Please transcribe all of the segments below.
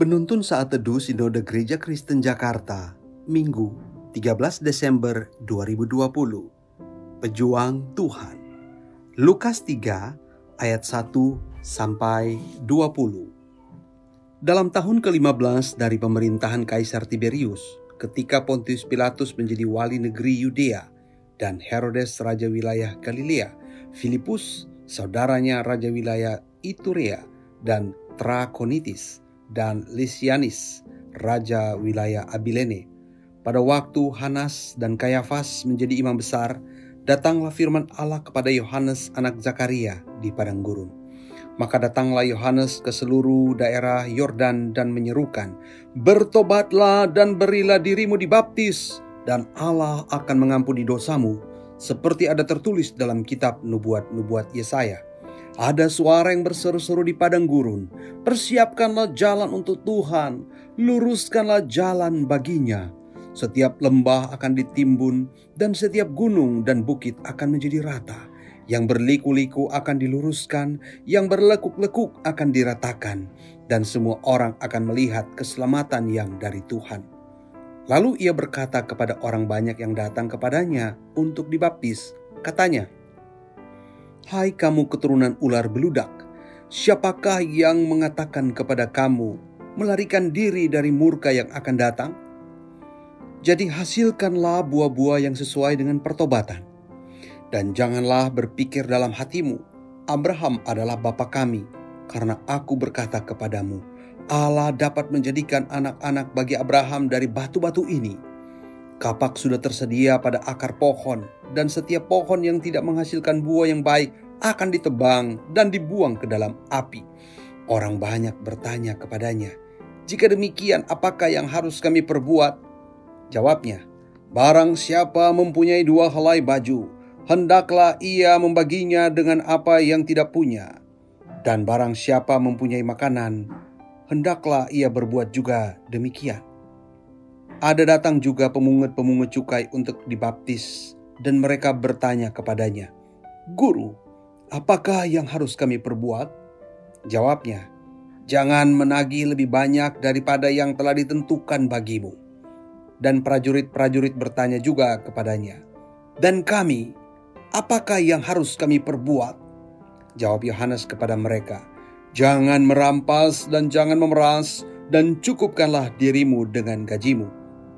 Penuntun Saat Teduh Sinode Gereja Kristen Jakarta, Minggu 13 Desember 2020. Pejuang Tuhan. Lukas 3 ayat 1 sampai 20. Dalam tahun ke-15 dari pemerintahan Kaisar Tiberius, ketika Pontius Pilatus menjadi wali negeri Yudea dan Herodes raja wilayah Galilea, Filipus saudaranya raja wilayah Iturea dan Trakonitis, dan Lisianis, raja wilayah Abilene. Pada waktu Hanas dan Kayafas menjadi imam besar, datanglah firman Allah kepada Yohanes anak Zakaria di padang gurun. Maka datanglah Yohanes ke seluruh daerah Yordan dan menyerukan, "Bertobatlah dan berilah dirimu dibaptis, dan Allah akan mengampuni dosamu, seperti ada tertulis dalam kitab nubuat-nubuat Yesaya. Ada suara yang berseru-seru di padang gurun, persiapkanlah jalan untuk Tuhan, luruskanlah jalan baginya. Setiap lembah akan ditimbun dan setiap gunung dan bukit akan menjadi rata. Yang berliku-liku akan diluruskan, yang berlekuk-lekuk akan diratakan, dan semua orang akan melihat keselamatan yang dari Tuhan." Lalu ia berkata kepada orang banyak yang datang kepadanya untuk dibaptis, katanya, "Hai kamu keturunan ular beludak, siapakah yang mengatakan kepada kamu melarikan diri dari murka yang akan datang? Jadi hasilkanlah buah-buah yang sesuai dengan pertobatan. Dan janganlah berpikir dalam hatimu, Abraham adalah bapa kami, karena aku berkata kepadamu, Allah dapat menjadikan anak-anak bagi Abraham dari batu-batu ini. Kapak sudah tersedia pada akar pohon, dan setiap pohon yang tidak menghasilkan buah yang baik akan ditebang dan dibuang ke dalam api." Orang banyak bertanya kepadanya, "Jika demikian, apakah yang harus kami perbuat?" Jawabnya, "Barang siapa mempunyai 2 helai baju, hendaklah ia membaginya dengan apa yang tidak punya. Dan barang siapa mempunyai makanan, hendaklah ia berbuat juga demikian." Ada datang juga pemungut-pemungut cukai untuk dibaptis, dan mereka bertanya kepadanya, "Guru, apakah yang harus kami perbuat?" Jawabnya, "Jangan menagih lebih banyak daripada yang telah ditentukan bagimu." Dan prajurit-prajurit bertanya juga kepadanya, "Dan kami, apakah yang harus kami perbuat?" Jawab Yohanes kepada mereka, "Jangan merampas dan jangan memeras, dan cukupkanlah dirimu dengan gajimu."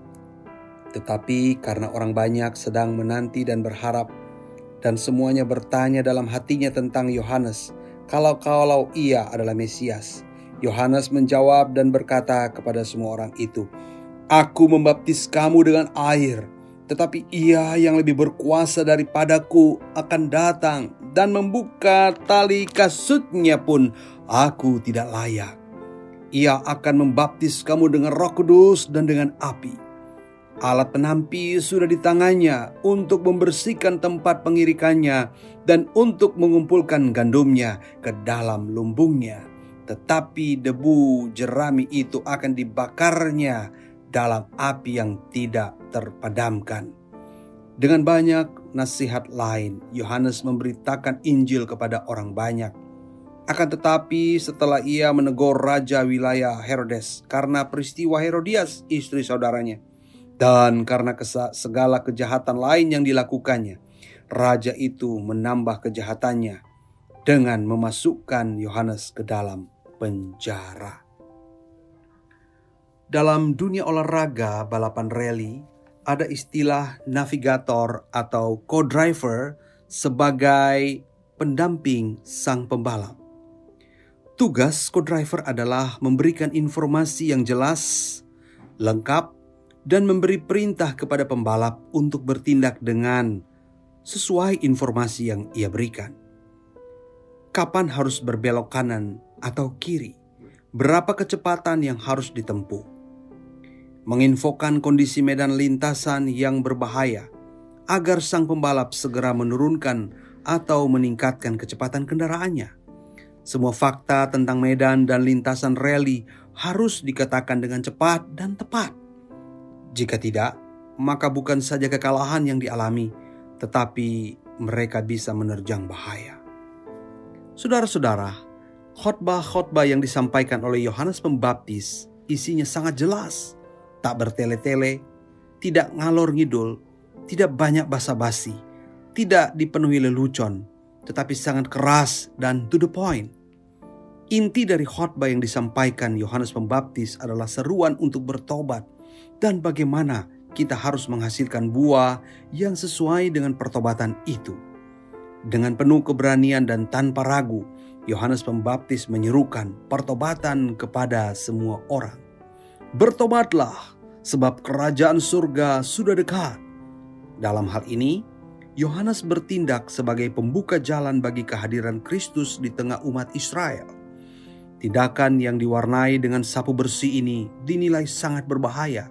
Tetapi karena orang banyak sedang menanti dan berharap, dan semuanya bertanya dalam hatinya tentang Yohanes, kalau ia adalah Mesias, Yohanes menjawab dan berkata kepada semua orang itu, "Aku membaptis kamu dengan air, tetapi Ia yang lebih berkuasa daripadaku akan datang, dan membuka tali kasutnya pun aku tidak layak. Ia akan membaptis kamu dengan Roh Kudus dan dengan api. Alat penampi sudah di tangannya untuk membersihkan tempat pengirikannya dan untuk mengumpulkan gandumnya ke dalam lumbungnya. Tetapi debu jerami itu akan dibakarnya dalam api yang tidak terpadamkan." Dengan banyak nasihat lain, Yohanes memberitakan Injil kepada orang banyak. Akan tetapi setelah ia menegur raja wilayah Herodes karena peristiwa Herodias, istri saudaranya, dan karena segala kejahatan lain yang dilakukannya, raja itu menambah kejahatannya dengan memasukkan Yohanes ke dalam penjara. Dalam dunia olahraga balapan rally, ada istilah navigator atau co-driver sebagai pendamping sang pembalap. Tugas co-driver adalah memberikan informasi yang jelas, lengkap, dan memberi perintah kepada pembalap untuk bertindak dengan sesuai informasi yang ia berikan. Kapan harus berbelok kanan atau kiri? Berapa kecepatan yang harus ditempuh? Menginfokan kondisi medan lintasan yang berbahaya agar sang pembalap segera menurunkan atau meningkatkan kecepatan kendaraannya. Semua fakta tentang medan dan lintasan rally harus dikatakan dengan cepat dan tepat. Jika tidak, maka bukan saja kekalahan yang dialami, tetapi mereka bisa menerjang bahaya. Saudara-saudara, khotbah-khotbah yang disampaikan oleh Yohanes Pembaptis isinya sangat jelas, tak bertele-tele, tidak ngalor ngidul, tidak banyak basa-basi, tidak dipenuhi lelucon, tetapi sangat keras dan to the point. Inti dari khotbah yang disampaikan Yohanes Pembaptis adalah seruan untuk bertobat dan bagaimana kita harus menghasilkan buah yang sesuai dengan pertobatan itu. Dengan penuh keberanian dan tanpa ragu, Yohanes Pembaptis menyerukan pertobatan kepada semua orang. Bertobatlah, sebab kerajaan surga sudah dekat. Dalam hal ini, Yohanes bertindak sebagai pembuka jalan bagi kehadiran Kristus di tengah umat Israel. Tindakan yang diwarnai dengan sapu bersih ini dinilai sangat berbahaya,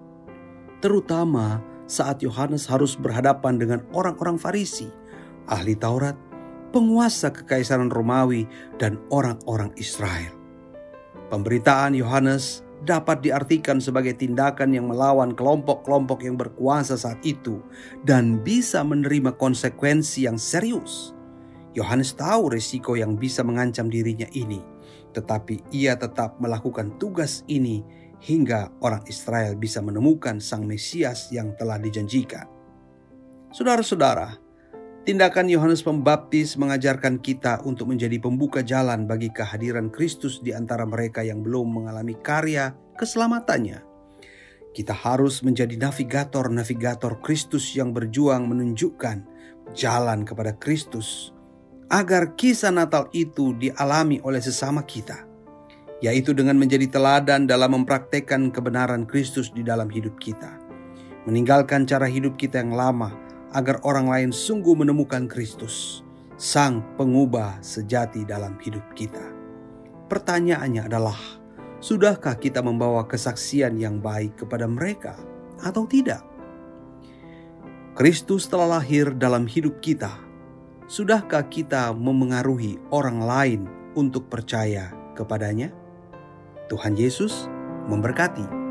terutama saat Yohanes harus berhadapan dengan orang-orang Farisi, ahli Taurat, penguasa kekaisaran Romawi, dan orang-orang Israel. Pemberitaan Yohanes dapat diartikan sebagai tindakan yang melawan kelompok-kelompok yang berkuasa saat itu dan bisa menerima konsekuensi yang serius. Yohanes tahu risiko yang bisa mengancam dirinya ini, tetapi ia tetap melakukan tugas ini hingga orang Israel bisa menemukan Sang Mesias yang telah dijanjikan. Saudara-saudara, tindakan Yohanes Pembaptis mengajarkan kita untuk menjadi pembuka jalan bagi kehadiran Kristus di antara mereka yang belum mengalami karya keselamatannya. Kita harus menjadi navigator-navigator Kristus yang berjuang menunjukkan jalan kepada Kristus, agar kisah Natal itu dialami oleh sesama kita, yaitu dengan menjadi teladan dalam mempraktekkan kebenaran Kristus di dalam hidup kita, meninggalkan cara hidup kita yang lama, agar orang lain sungguh menemukan Kristus, Sang Pengubah sejati dalam hidup kita. Pertanyaannya adalah, sudahkah kita membawa kesaksian yang baik kepada mereka atau tidak? Kristus telah lahir dalam hidup kita. Sudahkah kita memengaruhi orang lain untuk percaya kepadanya? Tuhan Yesus memberkati.